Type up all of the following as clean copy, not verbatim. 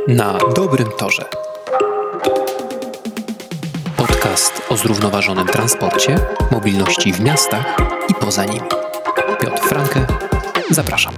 Na dobrym torze. Podcast o zrównoważonym transporcie, mobilności w miastach i poza nimi. Piotr Franke, zapraszam.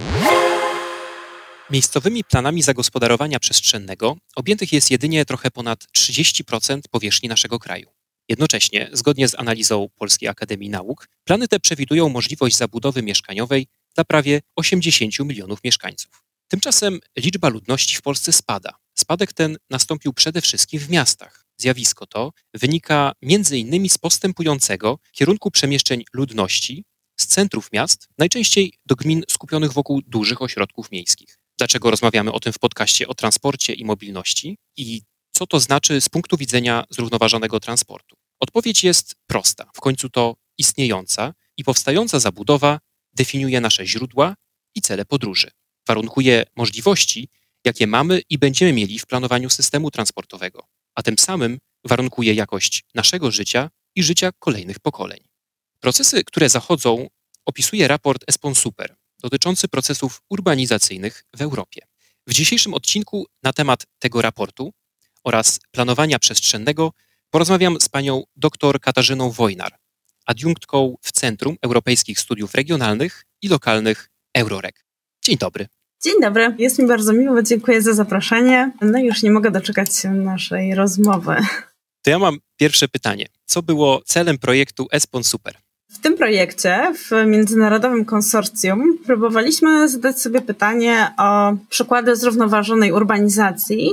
Miejscowymi planami zagospodarowania przestrzennego objętych jest jedynie trochę ponad 30% powierzchni naszego kraju. Jednocześnie, zgodnie z analizą Polskiej Akademii Nauk, plany te przewidują możliwość zabudowy mieszkaniowej dla prawie 80 milionów mieszkańców. Tymczasem liczba ludności w Polsce spada. Spadek ten nastąpił przede wszystkim w miastach. Zjawisko to wynika m.in. z postępującego kierunku przemieszczeń ludności z centrów miast, najczęściej do gmin skupionych wokół dużych ośrodków miejskich. Dlaczego rozmawiamy o tym w podcaście o transporcie i mobilności i co to znaczy z punktu widzenia zrównoważonego transportu? Odpowiedź jest prosta. W końcu to istniejąca i powstająca zabudowa definiuje nasze źródła i cele podróży. Warunkuje możliwości, jakie mamy i będziemy mieli w planowaniu systemu transportowego, a tym samym warunkuje jakość naszego życia i życia kolejnych pokoleń. Procesy, które zachodzą, opisuje raport ESPON-SUPER dotyczący procesów urbanizacyjnych w Europie. W dzisiejszym odcinku na temat tego raportu oraz planowania przestrzennego porozmawiam z panią dr Katarzyną Wojnar, adiunktką w Centrum Europejskich Studiów Regionalnych i Lokalnych EUROREG. Dzień dobry. Dzień dobry, jest mi bardzo miło, dziękuję za zaproszenie. No i już nie mogę doczekać się naszej rozmowy. To ja mam pierwsze pytanie. Co było celem projektu ESPON-SUPER? W tym projekcie, w międzynarodowym konsorcjum, próbowaliśmy zadać sobie pytanie o przykłady zrównoważonej urbanizacji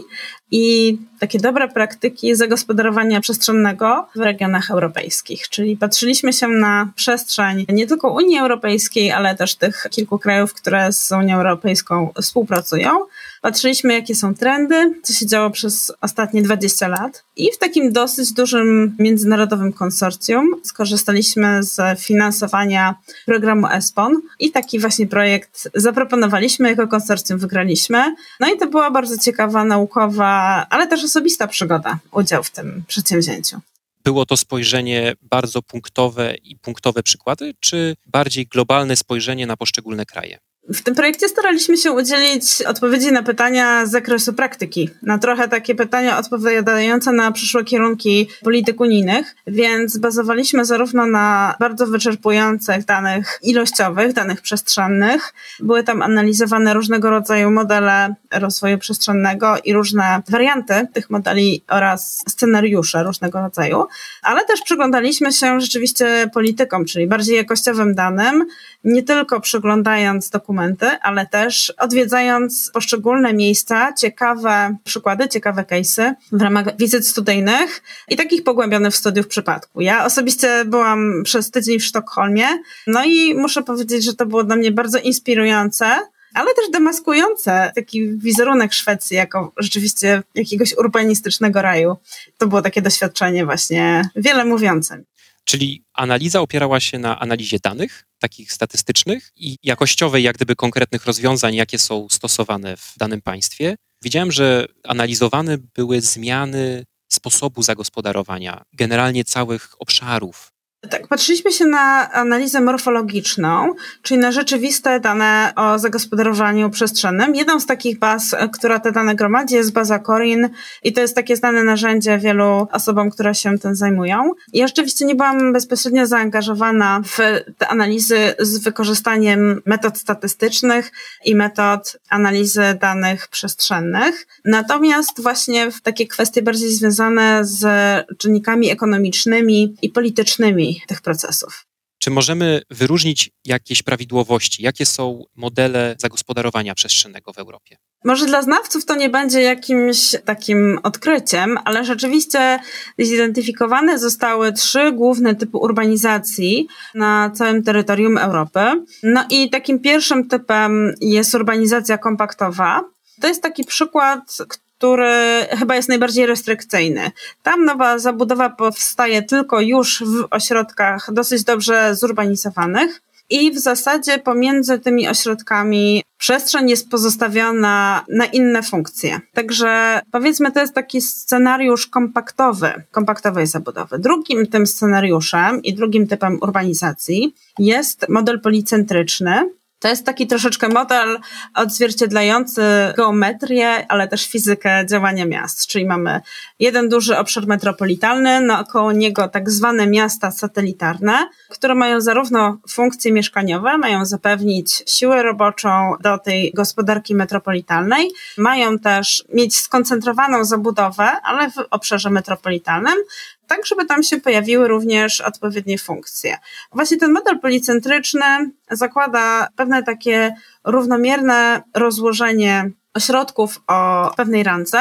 i takie dobre praktyki zagospodarowania przestrzennego w regionach europejskich. Czyli patrzyliśmy się na przestrzeń nie tylko Unii Europejskiej, ale też tych kilku krajów, które z Unią Europejską współpracują. Patrzyliśmy, jakie są trendy, co się działo przez ostatnie 20 lat i w takim dosyć dużym międzynarodowym konsorcjum skorzystaliśmy z finansowania programu ESPON i taki właśnie projekt zaproponowaliśmy, jako konsorcjum wygraliśmy. No i to była bardzo ciekawa, naukowa, ale też osobista przygoda, udział w tym przedsięwzięciu. Było to spojrzenie bardzo punktowe i punktowe przykłady, czy bardziej globalne spojrzenie na poszczególne kraje? W tym projekcie staraliśmy się udzielić odpowiedzi na pytania z zakresu praktyki, na trochę takie pytania odpowiadające na przyszłe kierunki polityk unijnych, więc bazowaliśmy zarówno na bardzo wyczerpujących danych ilościowych, danych przestrzennych. Były tam analizowane różnego rodzaju modele rozwoju przestrzennego i różne warianty tych modeli oraz scenariusze różnego rodzaju, ale też przyglądaliśmy się rzeczywiście politykom, czyli bardziej jakościowym danym, nie tylko przyglądając dokumenty, ale też odwiedzając poszczególne miejsca, ciekawe przykłady, ciekawe case'y w ramach wizyt studyjnych i takich pogłębionych studiów przypadku. Ja osobiście byłam przez tydzień w Sztokholmie, no i muszę powiedzieć, że to było dla mnie bardzo inspirujące, ale też demaskujące taki wizerunek Szwecji jako rzeczywiście jakiegoś urbanistycznego raju. To było takie doświadczenie właśnie wiele mówiące. Czyli analiza opierała się na analizie danych, takich statystycznych i jakościowej, jak gdyby konkretnych rozwiązań, jakie są stosowane w danym państwie. Widziałem, że analizowane były zmiany sposobu zagospodarowania, generalnie całych obszarów. Tak, patrzyliśmy się na analizę morfologiczną, czyli na rzeczywiste dane o zagospodarowaniu przestrzennym. Jedną z takich baz, która te dane gromadzi, jest baza Corin i to jest takie znane narzędzie wielu osobom, które się tym zajmują. Ja rzeczywiście nie byłam bezpośrednio zaangażowana w te analizy z wykorzystaniem metod statystycznych i metod analizy danych przestrzennych. Natomiast właśnie w takie kwestie bardziej związane z czynnikami ekonomicznymi i politycznymi tych procesów. Czy możemy wyróżnić jakieś prawidłowości? Jakie są modele zagospodarowania przestrzennego w Europie? Może dla znawców to nie będzie jakimś takim odkryciem, ale rzeczywiście zidentyfikowane zostały 3 główne typy urbanizacji na całym terytorium Europy. No i takim pierwszym typem jest urbanizacja kompaktowa. To jest taki przykład, który chyba jest najbardziej restrykcyjny. Tam nowa zabudowa powstaje tylko już w ośrodkach dosyć dobrze zurbanizowanych i w zasadzie pomiędzy tymi ośrodkami przestrzeń jest pozostawiona na inne funkcje. Także powiedzmy, to jest taki scenariusz kompaktowej zabudowy. Drugim tym scenariuszem i drugim typem urbanizacji jest model policentryczny. To jest taki troszeczkę model odzwierciedlający geometrię, ale też fizykę działania miast. Czyli mamy jeden duży obszar metropolitalny, naokoło niego tak zwane miasta satelitarne, które mają zarówno funkcje mieszkaniowe, mają zapewnić siłę roboczą do tej gospodarki metropolitalnej, mają też mieć skoncentrowaną zabudowę, ale w obszarze metropolitalnym, tak żeby tam się pojawiły również odpowiednie funkcje. Właśnie ten model policentryczny zakłada pewne takie równomierne rozłożenie ośrodków o pewnej randze,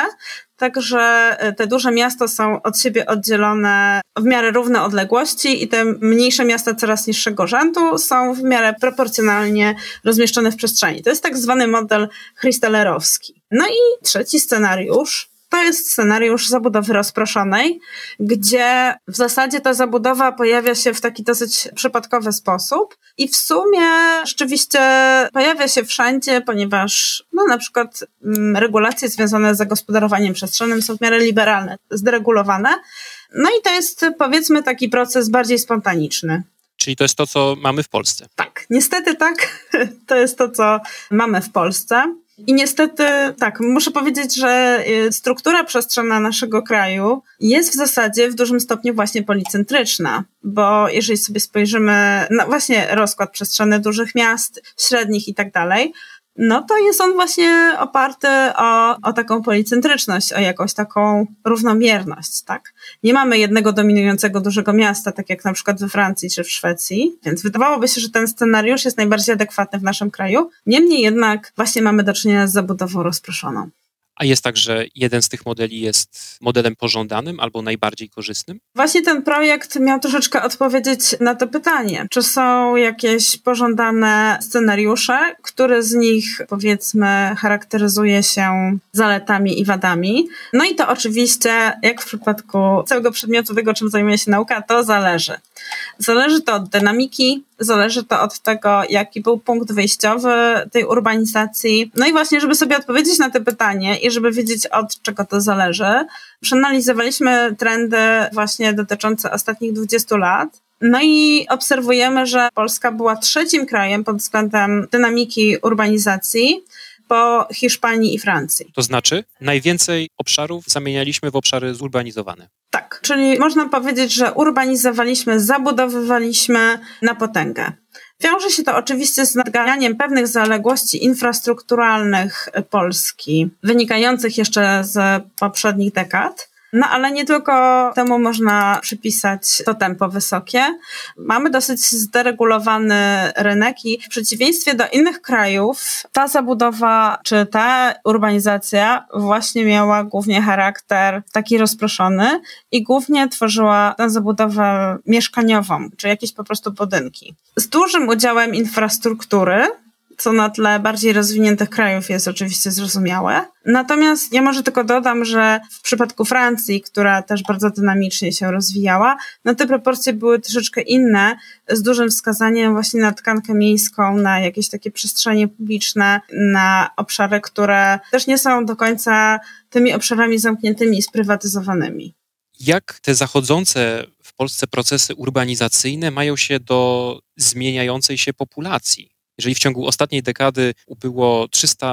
także te duże miasta są od siebie oddzielone w miarę równe odległości i te mniejsze miasta coraz niższego rzędu są w miarę proporcjonalnie rozmieszczone w przestrzeni. To jest tak zwany model christalerowski. No i trzeci scenariusz to jest scenariusz zabudowy rozproszonej, gdzie w zasadzie ta zabudowa pojawia się w taki dosyć przypadkowy sposób i w sumie rzeczywiście pojawia się wszędzie, ponieważ na przykład regulacje związane z zagospodarowaniem przestrzennym są w miarę liberalne, zderegulowane. No i to jest, powiedzmy, taki proces bardziej spontaniczny. Czyli to jest to, co mamy w Polsce. Tak, niestety tak. To jest to, co mamy w Polsce. I niestety, tak, muszę powiedzieć, że struktura przestrzenna naszego kraju jest w zasadzie w dużym stopniu właśnie policentryczna, bo jeżeli sobie spojrzymy na właśnie rozkład przestrzenny dużych miast, średnich i tak dalej, no to jest on właśnie oparty o taką policentryczność, o jakąś taką równomierność, tak? Nie mamy jednego dominującego dużego miasta, tak jak na przykład we Francji czy w Szwecji, więc wydawałoby się, że ten scenariusz jest najbardziej adekwatny w naszym kraju. Niemniej jednak właśnie mamy do czynienia z zabudową rozproszoną. A jest tak, że jeden z tych modeli jest modelem pożądanym albo najbardziej korzystnym? Właśnie ten projekt miał troszeczkę odpowiedzieć na to pytanie. Czy są jakieś pożądane scenariusze, który z nich, powiedzmy, charakteryzuje się zaletami i wadami? No i to oczywiście, jak w przypadku całego przedmiotu tego, czym zajmuje się nauka, to zależy. Zależy to od dynamiki, zależy to od tego, jaki był punkt wyjściowy tej urbanizacji. No i właśnie, żeby sobie odpowiedzieć na to pytanie i żeby wiedzieć, od czego to zależy, przeanalizowaliśmy trendy właśnie dotyczące ostatnich 20 lat. No i obserwujemy, że Polska była trzecim krajem pod względem dynamiki urbanizacji po Hiszpanii i Francji. To znaczy, najwięcej obszarów zamienialiśmy w obszary zurbanizowane. Tak, czyli można powiedzieć, że urbanizowaliśmy, zabudowywaliśmy na potęgę. Wiąże się to oczywiście z nadganianiem pewnych zaległości infrastrukturalnych Polski, wynikających jeszcze z poprzednich dekad. No ale nie tylko temu można przypisać to tempo wysokie. Mamy dosyć zderegulowany rynek i w przeciwieństwie do innych krajów ta zabudowa czy ta urbanizacja właśnie miała głównie charakter taki rozproszony i głównie tworzyła tę zabudowę mieszkaniową, czy jakieś po prostu budynki. Z dużym udziałem infrastruktury, co na tle bardziej rozwiniętych krajów jest oczywiście zrozumiałe. Natomiast ja może tylko dodam, że w przypadku Francji, która też bardzo dynamicznie się rozwijała, no te proporcje były troszeczkę inne, z dużym wskazaniem właśnie na tkankę miejską, na jakieś takie przestrzenie publiczne, na obszary, które też nie są do końca tymi obszarami zamkniętymi i sprywatyzowanymi. Jak te zachodzące w Polsce procesy urbanizacyjne mają się do zmieniającej się populacji? Jeżeli w ciągu ostatniej dekady ubyło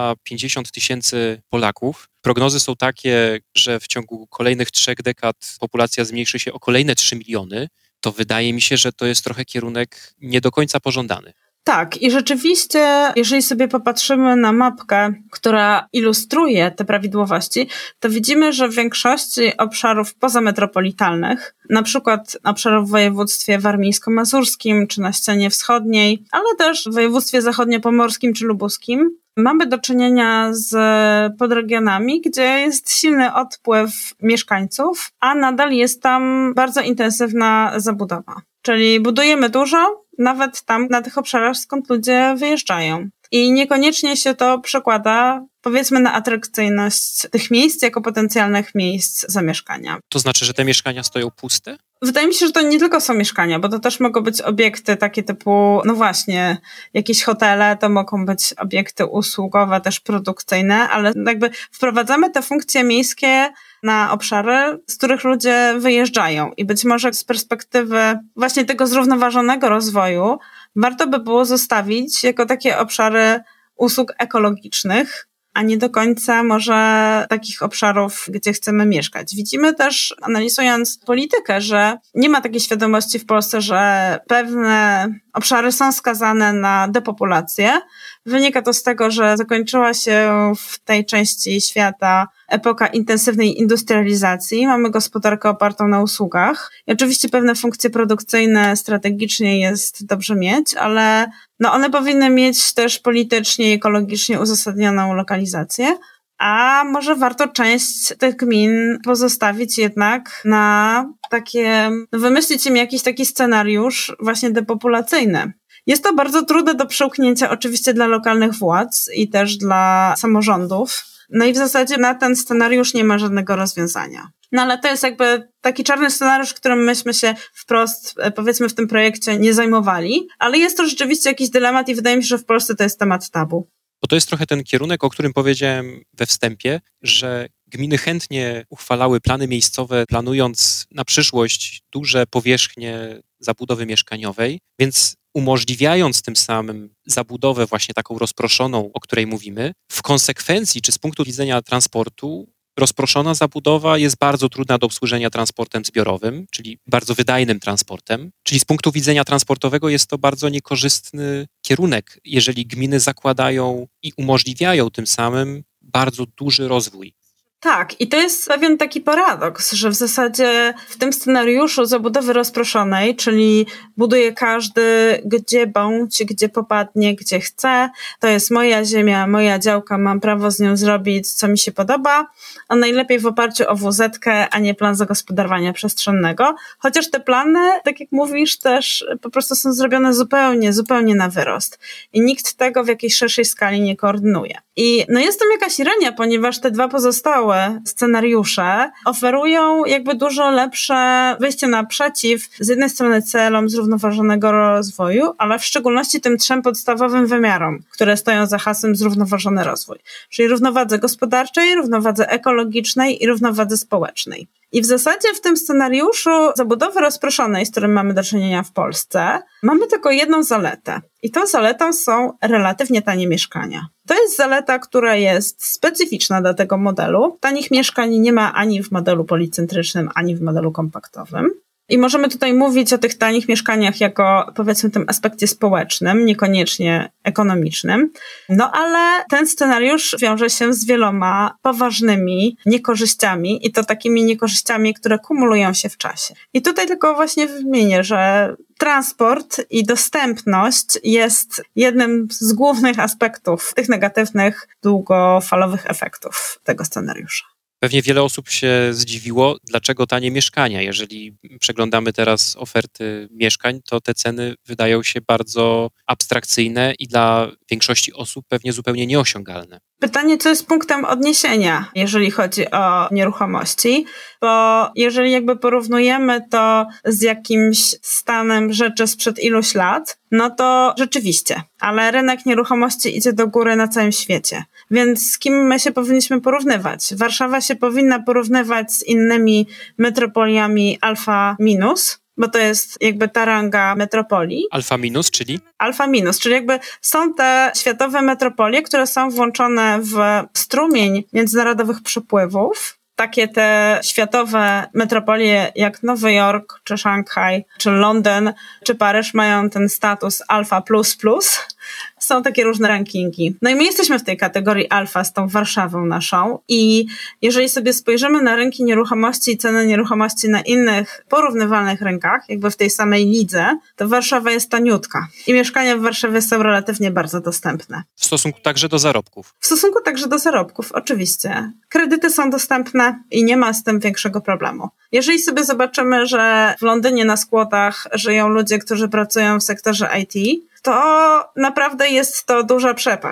350 000 Polaków, prognozy są takie, że w ciągu kolejnych 3 dekad populacja zmniejszy się o kolejne 3 miliony, to wydaje mi się, że to jest trochę kierunek nie do końca pożądany. Tak, i rzeczywiście, jeżeli sobie popatrzymy na mapkę, która ilustruje te prawidłowości, to widzimy, że w większości obszarów pozametropolitalnych, na przykład obszarów w województwie warmińsko-mazurskim czy na ścianie wschodniej, ale też w województwie zachodniopomorskim czy lubuskim, mamy do czynienia z podregionami, gdzie jest silny odpływ mieszkańców, a nadal jest tam bardzo intensywna zabudowa. Czyli budujemy dużo, nawet tam na tych obszarach, skąd ludzie wyjeżdżają. I niekoniecznie się to przekłada, powiedzmy, na atrakcyjność tych miejsc jako potencjalnych miejsc zamieszkania. To znaczy, że te mieszkania stoją puste? Wydaje mi się, że to nie tylko są mieszkania, bo to też mogą być obiekty takie typu, no właśnie, jakieś hotele, to mogą być obiekty usługowe, też produkcyjne, ale jakby wprowadzamy te funkcje miejskie na obszary, z których ludzie wyjeżdżają i być może z perspektywy właśnie tego zrównoważonego rozwoju warto by było zostawić jako takie obszary usług ekologicznych, a nie do końca może takich obszarów, gdzie chcemy mieszkać. Widzimy też, analizując politykę, że nie ma takiej świadomości w Polsce, że pewne obszary są skazane na depopulację. Wynika to z tego, że zakończyła się w tej części świata epoka intensywnej industrializacji. Mamy gospodarkę opartą na usługach. I oczywiście pewne funkcje produkcyjne strategicznie jest dobrze mieć, ale one powinny mieć też politycznie i ekologicznie uzasadnioną lokalizację. A może warto część tych gmin pozostawić jednak na takie, wymyślić im jakiś taki scenariusz właśnie depopulacyjny. Jest to bardzo trudne do przełknięcia oczywiście dla lokalnych władz i też dla samorządów. I w zasadzie na ten scenariusz nie ma żadnego rozwiązania. Ale to jest jakby taki czarny scenariusz, którym myśmy się wprost, powiedzmy, w tym projekcie nie zajmowali, ale jest to rzeczywiście jakiś dylemat i wydaje mi się, że w Polsce to jest temat tabu. Bo to jest trochę ten kierunek, o którym powiedziałem we wstępie, że gminy chętnie uchwalały plany miejscowe, planując na przyszłość duże powierzchnie zabudowy mieszkaniowej, więc umożliwiając tym samym zabudowę właśnie taką rozproszoną, o której mówimy, w konsekwencji, czy z punktu widzenia transportu, rozproszona zabudowa jest bardzo trudna do obsłużenia transportem zbiorowym, czyli bardzo wydajnym transportem. Czyli z punktu widzenia transportowego jest to bardzo niekorzystny kierunek, jeżeli gminy zakładają i umożliwiają tym samym bardzo duży rozwój. Tak, i to jest pewien taki paradoks, że w zasadzie w tym scenariuszu zabudowy rozproszonej, czyli buduje każdy gdzie bądź, gdzie popadnie, gdzie chce, to jest moja ziemia, moja działka, mam prawo z nią zrobić, co mi się podoba, a najlepiej w oparciu o WZ-kę, a nie plan zagospodarowania przestrzennego, chociaż te plany, tak jak mówisz, też po prostu są zrobione zupełnie na wyrost i nikt tego w jakiejś szerszej skali nie koordynuje. I jest tam jakaś ironia, ponieważ te dwa pozostałe scenariusze oferują jakby dużo lepsze wyjście naprzeciw z jednej strony celom zrównoważonego rozwoju, ale w szczególności tym 3 podstawowym wymiarom, które stoją za hasłem zrównoważony rozwój, czyli równowadze gospodarczej, równowadze ekologicznej i równowadze społecznej. I w zasadzie w tym scenariuszu zabudowy rozproszonej, z którym mamy do czynienia w Polsce, mamy tylko jedną zaletę. I tą zaletą są relatywnie tanie mieszkania. To jest zaleta, która jest specyficzna dla tego modelu. Tanich mieszkań nie ma ani w modelu policentrycznym, ani w modelu kompaktowym. I możemy tutaj mówić o tych tanich mieszkaniach jako, powiedzmy, tym aspekcie społecznym, niekoniecznie ekonomicznym. Ale ten scenariusz wiąże się z wieloma poważnymi niekorzyściami i to takimi niekorzyściami, które kumulują się w czasie. I tutaj tylko właśnie wymienię, że transport i dostępność jest jednym z głównych aspektów tych negatywnych, długofalowych efektów tego scenariusza. Pewnie wiele osób się zdziwiło, dlaczego tanie mieszkania. Jeżeli przeglądamy teraz oferty mieszkań, to te ceny wydają się bardzo abstrakcyjne i dla większości osób pewnie zupełnie nieosiągalne. Pytanie, co jest punktem odniesienia, jeżeli chodzi o nieruchomości, bo jeżeli jakby porównujemy to z jakimś stanem rzeczy sprzed iluś lat, to rzeczywiście, ale rynek nieruchomości idzie do góry na całym świecie. Więc z kim my się powinniśmy porównywać? Warszawa się powinna porównywać z innymi metropoliami alfa minus, bo to jest jakby ta ranga metropolii. Alfa minus, czyli? Alfa minus, czyli jakby są te światowe metropolie, które są włączone w strumień międzynarodowych przepływów. Takie te światowe metropolie jak Nowy Jork, czy Szanghaj, czy Londyn, czy Paryż mają ten status alfa plus plus. Są takie różne rankingi. I my jesteśmy w tej kategorii alfa z tą Warszawą naszą i jeżeli sobie spojrzymy na rynki nieruchomości i ceny nieruchomości na innych porównywalnych rynkach, jakby w tej samej lidze, to Warszawa jest taniutka i mieszkania w Warszawie są relatywnie bardzo dostępne. W stosunku także do zarobków. W stosunku także do zarobków, oczywiście. Kredyty są dostępne i nie ma z tym większego problemu. Jeżeli sobie zobaczymy, że w Londynie na skłotach żyją ludzie, którzy pracują w sektorze IT, to naprawdę jest to duża przepaść.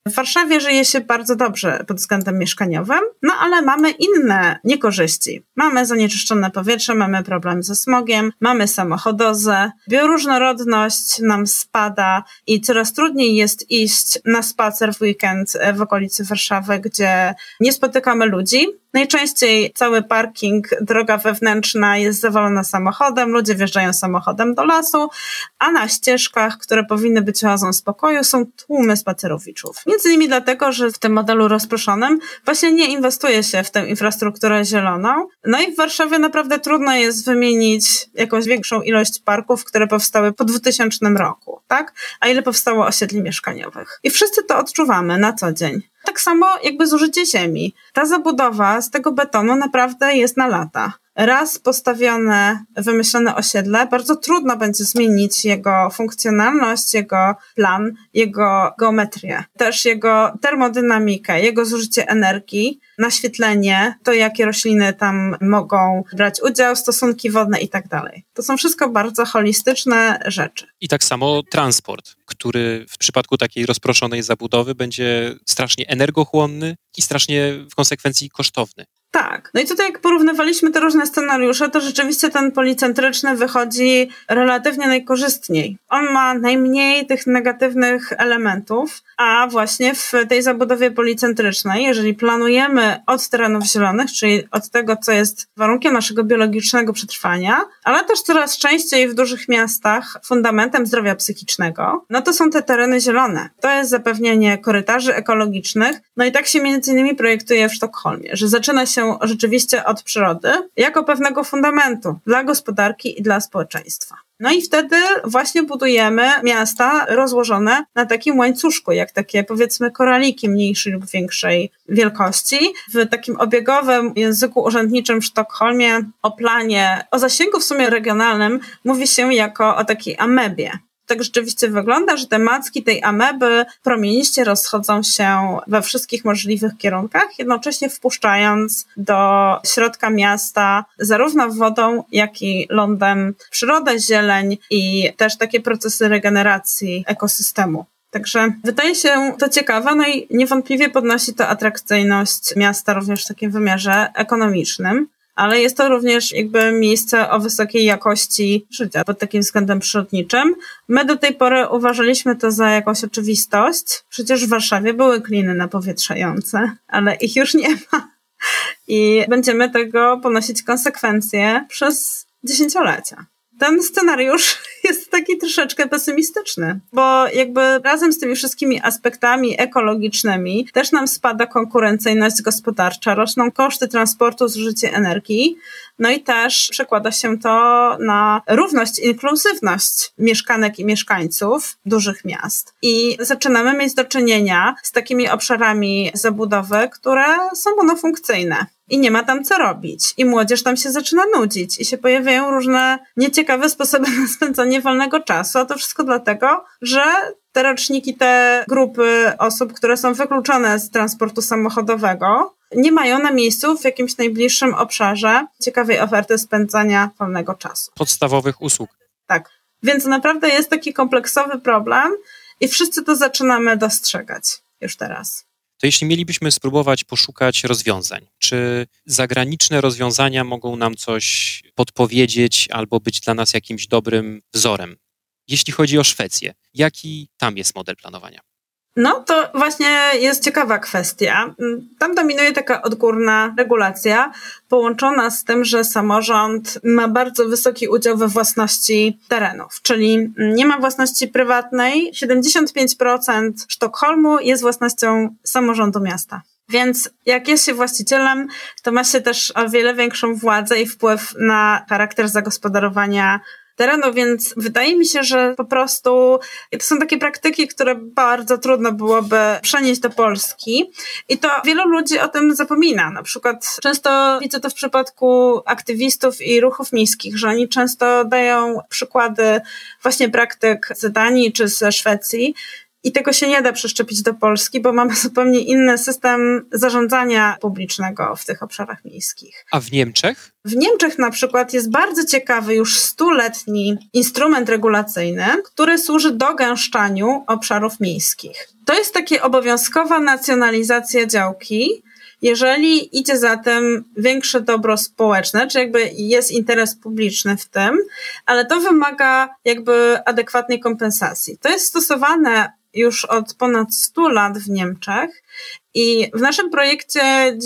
W Warszawie żyje się bardzo dobrze pod względem mieszkaniowym, no ale mamy inne niekorzyści. Mamy zanieczyszczone powietrze, mamy problem ze smogiem, mamy samochodozę, bioróżnorodność nam spada i coraz trudniej jest iść na spacer w weekend w okolicy Warszawy, gdzie nie spotykamy ludzi. Najczęściej cały parking, droga wewnętrzna jest zawalona samochodem, ludzie wjeżdżają samochodem do lasu, a na ścieżkach, które powinny być oazą spokoju, są tłumy spacerowiczów. Między innymi dlatego, że w tym modelu rozproszonym właśnie nie inwestuje się w tę infrastrukturę zieloną. No i w Warszawie naprawdę trudno jest wymienić jakąś większą ilość parków, które powstały po 2000 roku, tak? A ile powstało osiedli mieszkaniowych. I wszyscy to odczuwamy na co dzień. Tak samo jakby zużycie ziemi. Ta zabudowa z tego betonu naprawdę jest na lata. Raz postawione, wymyślone osiedle, bardzo trudno będzie zmienić jego funkcjonalność, jego plan, jego geometrię, też jego termodynamikę, jego zużycie energii, naświetlenie, to jakie rośliny tam mogą brać udział, stosunki wodne i tak dalej. To są wszystko bardzo holistyczne rzeczy. I tak samo transport, który w przypadku takiej rozproszonej zabudowy będzie strasznie energochłonny i strasznie w konsekwencji kosztowny. Tak. No i tutaj jak porównywaliśmy te różne scenariusze, to rzeczywiście ten policentryczny wychodzi relatywnie najkorzystniej. On ma najmniej tych negatywnych elementów, a właśnie w tej zabudowie policentrycznej, jeżeli planujemy od terenów zielonych, czyli od tego, co jest warunkiem naszego biologicznego przetrwania, ale też coraz częściej w dużych miastach fundamentem zdrowia psychicznego, no to są te tereny zielone. To jest zapewnienie korytarzy ekologicznych. No i tak się między innymi projektuje w Sztokholmie, że zaczyna się rzeczywiście od przyrody jako pewnego fundamentu dla gospodarki i dla społeczeństwa. No i wtedy właśnie budujemy miasta rozłożone na takim łańcuszku, jak takie powiedzmy koraliki mniejszej lub większej wielkości. W takim obiegowym języku urzędniczym w Sztokholmie o planie, o zasięgu w sumie regionalnym mówi się jako o takiej amebie. Tak rzeczywiście wygląda, że te macki tej ameby promieniście rozchodzą się we wszystkich możliwych kierunkach, jednocześnie wpuszczając do środka miasta zarówno wodą, jak i lądem przyrodę, zieleń i też takie procesy regeneracji ekosystemu. Także wydaje się to ciekawe, no i niewątpliwie podnosi to atrakcyjność miasta również w takim wymiarze ekonomicznym. Ale jest to również jakby miejsce o wysokiej jakości życia pod takim względem przyrodniczym. My do tej pory uważaliśmy to za jakąś oczywistość. Przecież w Warszawie były kliny napowietrzające, ale ich już nie ma. I będziemy tego ponosić konsekwencje przez dziesięciolecia. Ten scenariusz jest taki troszeczkę pesymistyczny, bo jakby razem z tymi wszystkimi aspektami ekologicznymi też nam spada konkurencyjność gospodarcza, rosną koszty transportu, zużycie energii, no i też przekłada się to na równość, inkluzywność mieszkanek i mieszkańców dużych miast. I zaczynamy mieć do czynienia z takimi obszarami zabudowy, które są monofunkcyjne. I nie ma tam co robić. I młodzież tam się zaczyna nudzić. I się pojawiają różne nieciekawe sposoby na spędzanie wolnego czasu. A to wszystko dlatego, że te roczniki, te grupy osób, które są wykluczone z transportu samochodowego, nie mają na miejscu w jakimś najbliższym obszarze ciekawej oferty spędzania wolnego czasu. Podstawowych usług. Tak. Więc naprawdę jest taki kompleksowy problem i wszyscy to zaczynamy dostrzegać już teraz. To jeśli mielibyśmy spróbować poszukać rozwiązań, czy zagraniczne rozwiązania mogą nam coś podpowiedzieć albo być dla nas jakimś dobrym wzorem? Jeśli chodzi o Szwecję, jaki tam jest model planowania? No to właśnie jest ciekawa kwestia. Tam dominuje taka odgórna regulacja połączona z tym, że samorząd ma bardzo wysoki udział we własności terenów, czyli nie ma własności prywatnej. 75% Sztokholmu jest własnością samorządu miasta. Więc jak jest się właścicielem, to ma się też o wiele większą władzę i wpływ na charakter zagospodarowania terenu, więc wydaje mi się, że po prostu to są takie praktyki, które bardzo trudno byłoby przenieść do Polski i to wielu ludzi o tym zapomina. Na przykład często widzę to w przypadku aktywistów i ruchów miejskich, że oni często dają przykłady właśnie praktyk z Danii czy ze Szwecji i tego się nie da przeszczepić do Polski, bo mamy zupełnie inny system zarządzania publicznego w tych obszarach miejskich. A w Niemczech? W Niemczech na przykład jest bardzo ciekawy, już 100-letni instrument regulacyjny, który służy dogęszczaniu obszarów miejskich. To jest taka obowiązkowa nacjonalizacja działki, jeżeli idzie za tym większe dobro społeczne, czy jakby jest interes publiczny w tym, ale to wymaga jakby adekwatnej kompensacji. To jest stosowane już od ponad 100 lat w Niemczech i w naszym projekcie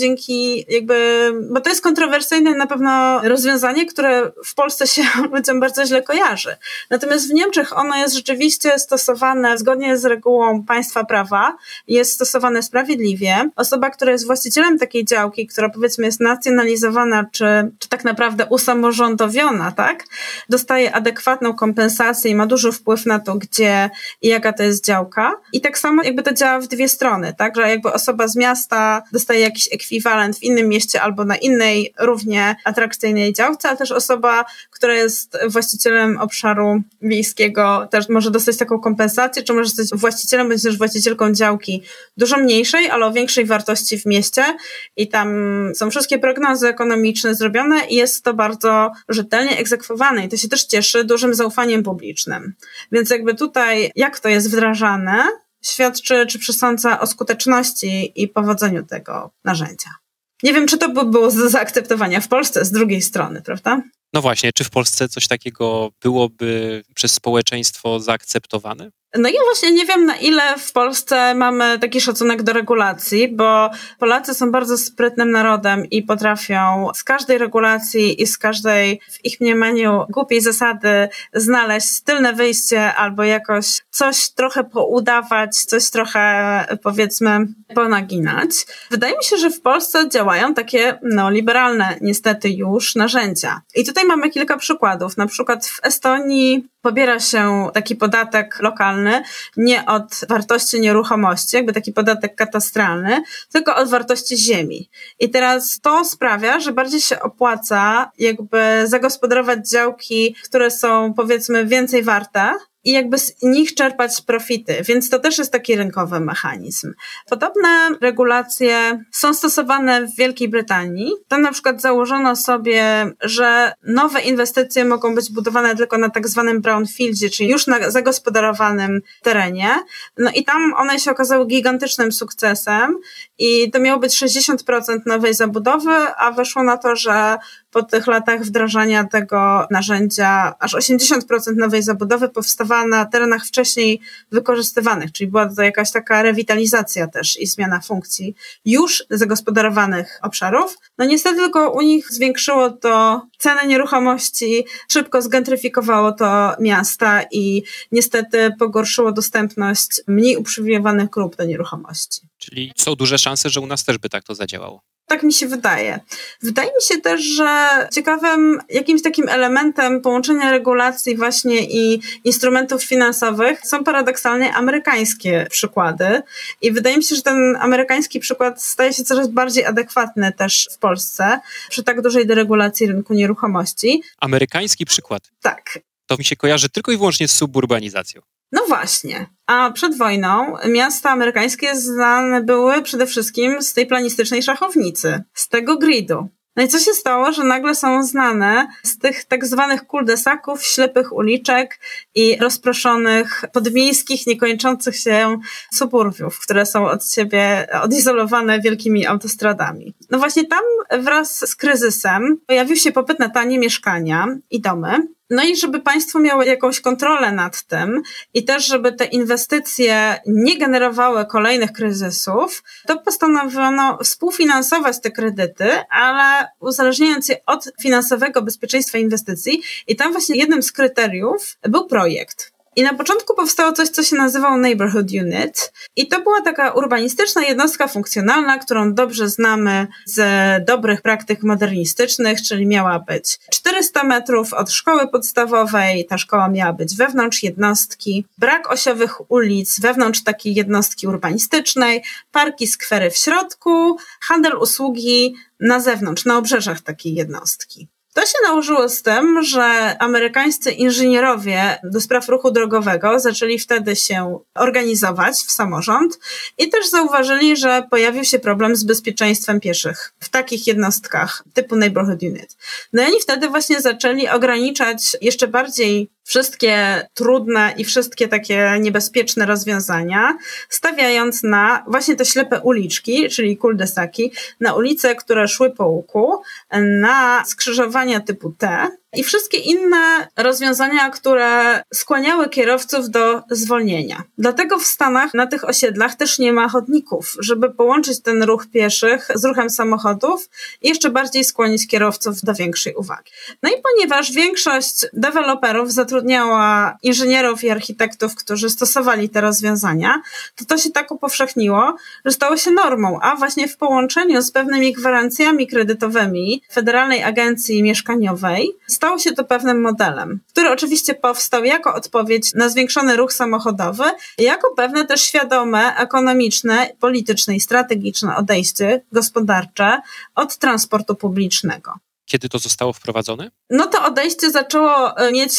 bo to jest kontrowersyjne na pewno rozwiązanie, które w Polsce się ludziom bardzo źle kojarzy. Natomiast w Niemczech ono jest rzeczywiście stosowane zgodnie z regułą państwa prawa, jest stosowane sprawiedliwie. Osoba, która jest właścicielem takiej działki, która powiedzmy jest nacjonalizowana, czy tak naprawdę usamorządowiona, tak, dostaje adekwatną kompensację i ma duży wpływ na to, gdzie i jaka to jest działka. I tak samo jakby to działa w dwie strony, tak, że jakby osoba z miasta dostaje jakiś ekwiwalent w innym mieście albo na innej równie atrakcyjnej działce, ale też osoba, która jest właścicielem obszaru wiejskiego, też może dostać taką kompensację, czy może zostać właścicielem, bądź też właścicielką działki dużo mniejszej, ale o większej wartości w mieście i tam są wszystkie prognozy ekonomiczne zrobione i jest to bardzo rzetelnie egzekwowane i to się też cieszy dużym zaufaniem publicznym. Więc jakby tutaj, jak to jest wdrażane, świadczy czy przesądza o skuteczności i powodzeniu tego narzędzia. Nie wiem, czy to by było do zaakceptowania w Polsce z drugiej strony, prawda? No właśnie, czy w Polsce coś takiego byłoby przez społeczeństwo zaakceptowane? No ja właśnie nie wiem, na ile w Polsce mamy taki szacunek do regulacji, bo Polacy są bardzo sprytnym narodem i potrafią z każdej regulacji i z każdej w ich mniemaniu głupiej zasady znaleźć tylne wyjście albo jakoś coś trochę poudawać, coś trochę powiedzmy ponaginać. Wydaje mi się, że w Polsce działają takie neoliberalne niestety już narzędzia. I tutaj mamy kilka przykładów. Na przykład w Estonii pobiera się taki podatek lokalny nie od wartości nieruchomości, jakby taki podatek katastralny, tylko od wartości ziemi. I teraz to sprawia, że bardziej się opłaca jakby zagospodarować działki, które są powiedzmy więcej warte, i jakby z nich czerpać profity, więc to też jest taki rynkowy mechanizm. Podobne regulacje są stosowane w Wielkiej Brytanii. Tam na przykład założono sobie, że nowe inwestycje mogą być budowane tylko na tak zwanym brownfieldzie, czyli już na zagospodarowanym terenie. No i tam one się okazały gigantycznym sukcesem i to miało być 60% nowej zabudowy, a wyszło na to, że po tych latach wdrażania tego narzędzia aż 80% nowej zabudowy powstawała na terenach wcześniej wykorzystywanych, czyli była to jakaś taka rewitalizacja też i zmiana funkcji już zagospodarowanych obszarów. No niestety tylko u nich zwiększyło to ceny nieruchomości, szybko zgentryfikowało to miasta i niestety pogorszyło dostępność mniej uprzywilejowanych grup do nieruchomości. Czyli są duże szanse, że u nas też by tak to zadziałało. Tak mi się wydaje. Wydaje mi się też, że ciekawym jakimś takim elementem połączenia regulacji właśnie i instrumentów finansowych są paradoksalnie amerykańskie przykłady i wydaje mi się, że ten amerykański przykład staje się coraz bardziej adekwatny też w Polsce przy tak dużej deregulacji rynku nieruchomości. Amerykański przykład? Tak. To mi się kojarzy tylko i wyłącznie z suburbanizacją. No właśnie. A przed wojną miasta amerykańskie znane były przede wszystkim z tej planistycznej szachownicy, z tego gridu. No i co się stało, że nagle są znane z tych tak zwanych cul-de-saców, ślepych uliczek i rozproszonych podmiejskich, niekończących się suburbiów, które są od siebie odizolowane wielkimi autostradami. No właśnie tam wraz z kryzysem pojawił się popyt na tanie mieszkania i domy. No i żeby państwo miało jakąś kontrolę nad tym i też, żeby te inwestycje nie generowały kolejnych kryzysów, to postanowiono współfinansować te kredyty, ale uzależniając je od finansowego bezpieczeństwa inwestycji i tam właśnie jednym z kryteriów był projekt. I na początku powstało coś, co się nazywało Neighborhood Unit i to była taka urbanistyczna jednostka funkcjonalna, którą dobrze znamy z dobrych praktyk modernistycznych, czyli miała być 400 metrów od szkoły podstawowej, ta szkoła miała być wewnątrz jednostki, brak osiowych ulic wewnątrz takiej jednostki urbanistycznej, parki, skwery w środku, handel, usługi na zewnątrz, na obrzeżach takiej jednostki. To się nałożyło z tym, że amerykańscy inżynierowie do spraw ruchu drogowego zaczęli wtedy się organizować w samorząd i też zauważyli, że pojawił się problem z bezpieczeństwem pieszych w takich jednostkach typu neighborhood unit. No i oni wtedy właśnie zaczęli ograniczać jeszcze bardziej wszystkie trudne i wszystkie takie niebezpieczne rozwiązania, stawiając na właśnie te ślepe uliczki, czyli cul-de-saki, na ulice, które szły po łuku, na skrzyżowania typu T i wszystkie inne rozwiązania, które skłaniały kierowców do zwolnienia. Dlatego w Stanach na tych osiedlach też nie ma chodników, żeby połączyć ten ruch pieszych z ruchem samochodów i jeszcze bardziej skłonić kierowców do większej uwagi. No i ponieważ większość deweloperów zatrudniała inżynierów i architektów, którzy stosowali te rozwiązania, to się tak upowszechniło, że stało się normą, a właśnie w połączeniu z pewnymi gwarancjami kredytowymi Federalnej Agencji Mieszkaniowej stało się to pewnym modelem, który oczywiście powstał jako odpowiedź na zwiększony ruch samochodowy i jako pewne też świadome, ekonomiczne, polityczne i strategiczne odejście gospodarcze od transportu publicznego. Kiedy to zostało wprowadzone? No to odejście zaczęło mieć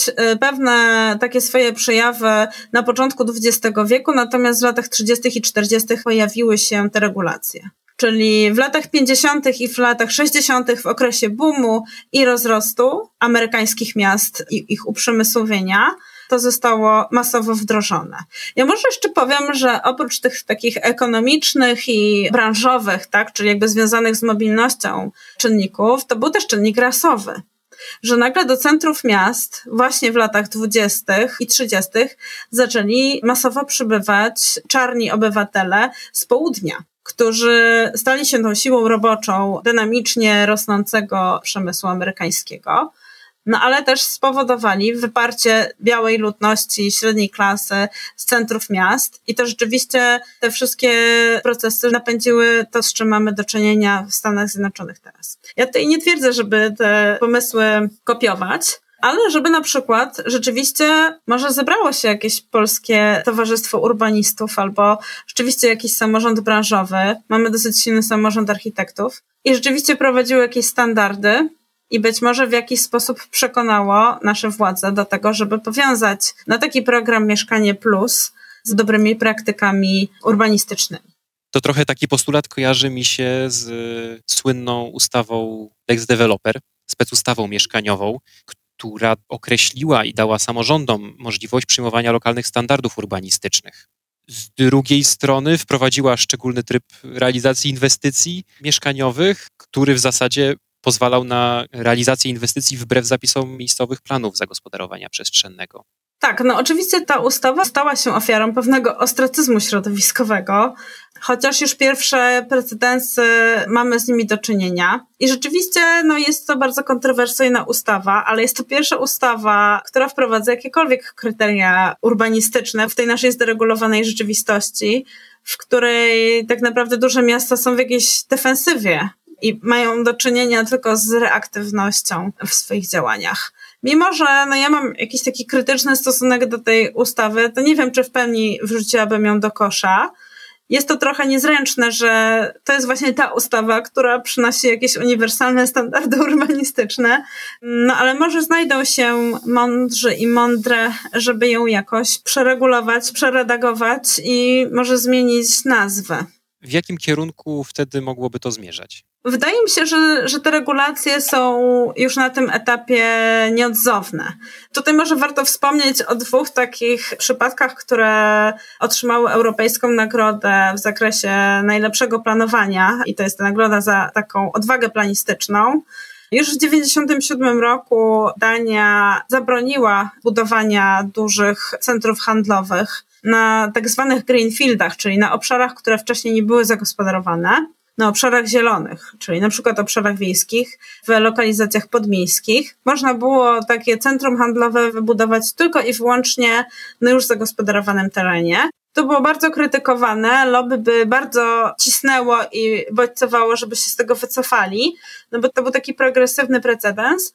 pewne takie swoje przejawy na początku XX wieku, natomiast w latach 30. i 40. pojawiły się te regulacje. Czyli w latach 50. i w latach 60. w okresie boomu i rozrostu amerykańskich miast i ich uprzemysłowienia, to zostało masowo wdrożone. Ja może jeszcze powiem, że oprócz tych takich ekonomicznych i branżowych, tak, czyli jakby związanych z mobilnością czynników, to był też czynnik rasowy. Że nagle do centrów miast właśnie w latach 20. i 30. zaczęli masowo przybywać czarni obywatele z południa, którzy stali się tą siłą roboczą dynamicznie rosnącego przemysłu amerykańskiego. No ale też spowodowali wyparcie białej ludności, średniej klasy z centrów miast i to rzeczywiście te wszystkie procesy napędziły to, z czym mamy do czynienia w Stanach Zjednoczonych teraz. Ja tutaj nie twierdzę, żeby te pomysły kopiować, ale żeby na przykład rzeczywiście może zebrało się jakieś polskie towarzystwo urbanistów albo rzeczywiście jakiś samorząd branżowy, mamy dosyć silny samorząd architektów i rzeczywiście prowadziło jakieś standardy, i być może w jakiś sposób przekonało nasze władze do tego, żeby powiązać na taki program Mieszkanie Plus z dobrymi praktykami urbanistycznymi. To trochę taki postulat kojarzy mi się z słynną ustawą Lex Developer, specustawą mieszkaniową, która określiła i dała samorządom możliwość przyjmowania lokalnych standardów urbanistycznych. Z drugiej strony wprowadziła szczególny tryb realizacji inwestycji mieszkaniowych, który w zasadzie pozwalał na realizację inwestycji wbrew zapisom miejscowych planów zagospodarowania przestrzennego. Tak, no oczywiście ta ustawa stała się ofiarą pewnego ostracyzmu środowiskowego, chociaż już pierwsze precedensy mamy z nimi do czynienia. I rzeczywiście no jest to bardzo kontrowersyjna ustawa, ale jest to pierwsza ustawa, która wprowadza jakiekolwiek kryteria urbanistyczne w tej naszej zderegulowanej rzeczywistości, w której tak naprawdę duże miasta są w jakiejś defensywie i mają do czynienia tylko z reaktywnością w swoich działaniach. Mimo że no ja mam jakiś taki krytyczny stosunek do tej ustawy, to nie wiem, czy w pełni wrzuciłabym ją do kosza. Jest to trochę niezręczne, że to jest właśnie ta ustawa, która przynosi jakieś uniwersalne standardy urbanistyczne, no ale może znajdą się mądrzy i mądre, żeby ją jakoś przeregulować, przeredagować i może zmienić nazwę. W jakim kierunku wtedy mogłoby to zmierzać? Wydaje mi się, że te regulacje są już na tym etapie nieodzowne. Tutaj może warto wspomnieć o dwóch takich przypadkach, które otrzymały europejską nagrodę w zakresie najlepszego planowania i to jest ta nagroda za taką odwagę planistyczną. Już w 1997 roku Dania zabroniła budowania dużych centrów handlowych na tak zwanych greenfieldach, czyli na obszarach, które wcześniej nie były zagospodarowane, na obszarach zielonych, czyli na przykład obszarach wiejskich, w lokalizacjach podmiejskich. Można było takie centrum handlowe wybudować tylko i wyłącznie na już zagospodarowanym terenie. To było bardzo krytykowane, lobby by bardzo cisnęło i bodźcowało, żeby się z tego wycofali, no bo to był taki progresywny precedens.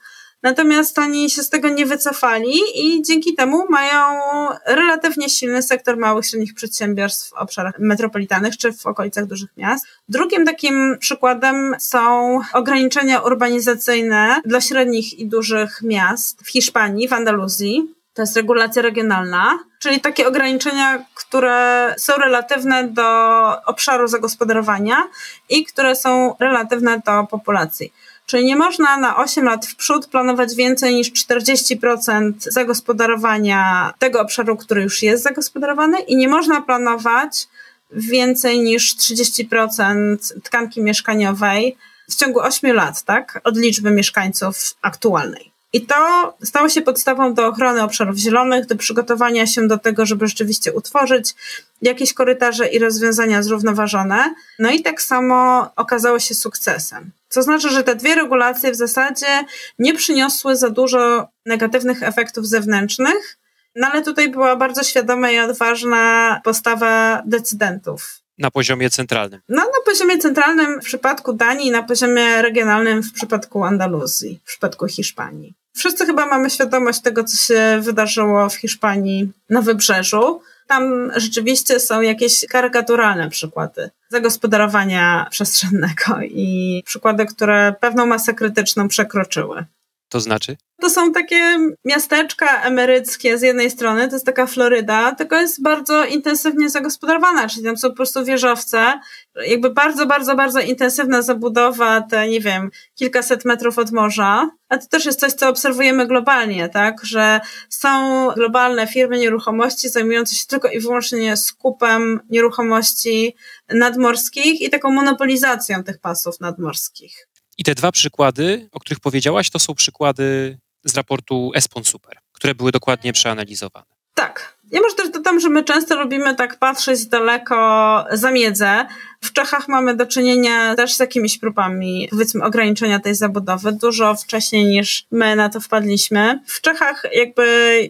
Natomiast oni się z tego nie wycofali i dzięki temu mają relatywnie silny sektor małych i średnich przedsiębiorstw w obszarach metropolitalnych czy w okolicach dużych miast. Drugim takim przykładem są ograniczenia urbanizacyjne dla średnich i dużych miast w Hiszpanii, w Andaluzji. To jest regulacja regionalna, czyli takie ograniczenia, które są relatywne do obszaru zagospodarowania i które są relatywne do populacji. Czyli nie można na 8 lat w przód planować więcej niż 40% zagospodarowania tego obszaru, który już jest zagospodarowany i nie można planować więcej niż 30% tkanki mieszkaniowej w ciągu 8 lat, tak? Od liczby mieszkańców aktualnej. I to stało się podstawą do ochrony obszarów zielonych, do przygotowania się do tego, żeby rzeczywiście utworzyć jakieś korytarze i rozwiązania zrównoważone. No i tak samo okazało się sukcesem. Co znaczy, że te dwie regulacje w zasadzie nie przyniosły za dużo negatywnych efektów zewnętrznych, no ale tutaj była bardzo świadoma i odważna postawa decydentów. Na poziomie centralnym. No, na poziomie centralnym w przypadku Danii, na poziomie regionalnym w przypadku Andaluzji, w przypadku Hiszpanii. Wszyscy chyba mamy świadomość tego, co się wydarzyło w Hiszpanii na Wybrzeżu. Tam rzeczywiście są jakieś karykaturalne przykłady zagospodarowania przestrzennego i przykłady, które pewną masę krytyczną przekroczyły. To znaczy? To są takie miasteczka emeryckie z jednej strony, to jest taka Floryda, tylko jest bardzo intensywnie zagospodarowana, czyli tam są po prostu wieżowce, jakby bardzo, bardzo, bardzo intensywna zabudowa, te, nie wiem, kilkaset metrów od morza, a to też jest coś, co obserwujemy globalnie, tak, że są globalne firmy nieruchomości zajmujące się tylko i wyłącznie skupem nieruchomości nadmorskich i taką monopolizacją tych pasów nadmorskich. I te dwa przykłady, o których powiedziałaś, to są przykłady z raportu Espon Super, które były dokładnie przeanalizowane. Tak. Ja może też dodam, że my często lubimy tak patrzeć daleko za miedzę. W Czechach mamy do czynienia też z jakimiś próbami, powiedzmy, ograniczenia tej zabudowy, dużo wcześniej niż my na to wpadliśmy. W Czechach jakby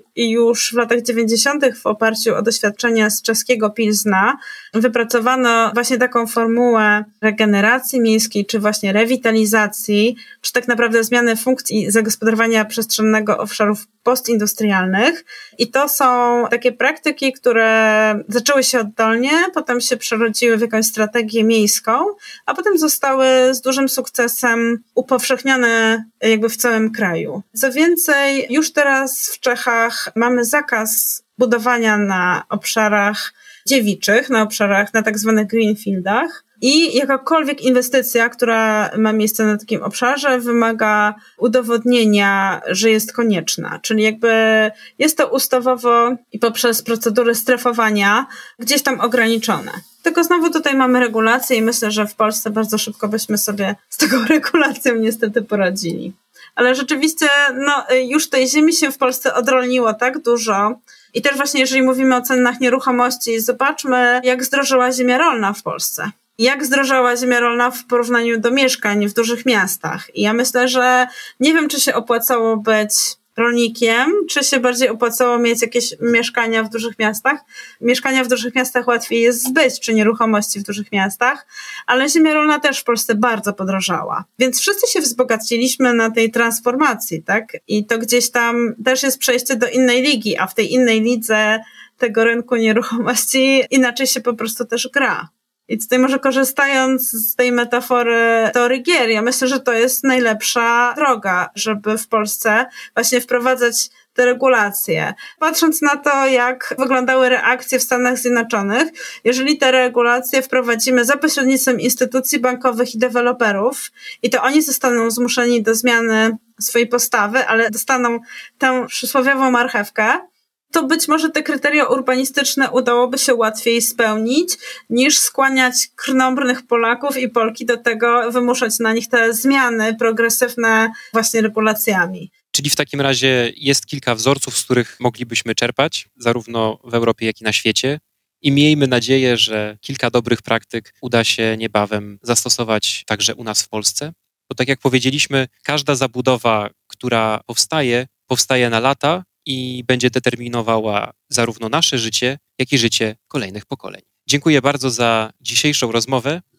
już w latach 90. w oparciu o doświadczenia z czeskiego Pilzna wypracowano właśnie taką formułę regeneracji miejskiej, czy właśnie rewitalizacji, czy tak naprawdę zmiany funkcji zagospodarowania przestrzennego obszarów postindustrialnych. I to są takie praktyki, które zaczęły się oddolnie, potem się przerodziły w jakąś strategię miejską, a potem zostały z dużym sukcesem upowszechnione jakby w całym kraju. Co więcej, już teraz w Czechach mamy zakaz budowania na obszarach dziewiczych, na tak zwanych greenfieldach. I jakakolwiek inwestycja, która ma miejsce na takim obszarze, wymaga udowodnienia, że jest konieczna. Czyli jakby jest to ustawowo i poprzez procedury strefowania gdzieś tam ograniczone. Tylko znowu tutaj mamy regulacje i myślę, że w Polsce bardzo szybko byśmy sobie z taką regulacją niestety poradzili. Ale rzeczywiście już tej ziemi się w Polsce odrolniło tak dużo. I też właśnie jeżeli mówimy o cenach nieruchomości, zobaczmy, jak zdrożyła ziemia rolna w Polsce. Jak zdrożała ziemia rolna w porównaniu do mieszkań w dużych miastach. I ja myślę, że nie wiem, czy się opłacało być rolnikiem, czy się bardziej opłacało mieć jakieś mieszkania w dużych miastach. Mieszkania w dużych miastach łatwiej jest zbyć, czy nieruchomości w dużych miastach, ale ziemia rolna też w Polsce bardzo podrożała. Więc wszyscy się wzbogaciliśmy na tej transformacji, tak? I to gdzieś tam też jest przejście do innej ligi, a w tej innej lidze tego rynku nieruchomości inaczej się po prostu też gra. I tutaj może korzystając z tej metafory teorii gier, ja myślę, że to jest najlepsza droga, żeby w Polsce właśnie wprowadzać te regulacje. Patrząc na to, jak wyglądały reakcje w Stanach Zjednoczonych, jeżeli te regulacje wprowadzimy za pośrednictwem instytucji bankowych i deweloperów i to oni zostaną zmuszeni do zmiany swojej postawy, ale dostaną tę przysłowiową marchewkę, to być może te kryteria urbanistyczne udałoby się łatwiej spełnić, niż skłaniać krnąbrnych Polaków i Polki do tego, wymuszać na nich te zmiany progresywne właśnie regulacjami. Czyli w takim razie jest kilka wzorców, z których moglibyśmy czerpać, zarówno w Europie, jak i na świecie. I miejmy nadzieję, że kilka dobrych praktyk uda się niebawem zastosować także u nas w Polsce. Bo tak jak powiedzieliśmy, każda zabudowa, która powstaje na lata, i będzie determinowała zarówno nasze życie, jak i życie kolejnych pokoleń. Dziękuję bardzo za dzisiejszą rozmowę.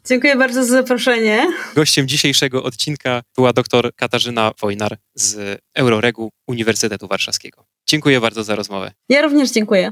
Dziękuję bardzo za zaproszenie. Gościem dzisiejszego odcinka była dr Katarzyna Wojnar z Euroregu Uniwersytetu Warszawskiego. Dziękuję bardzo za rozmowę. Ja również dziękuję.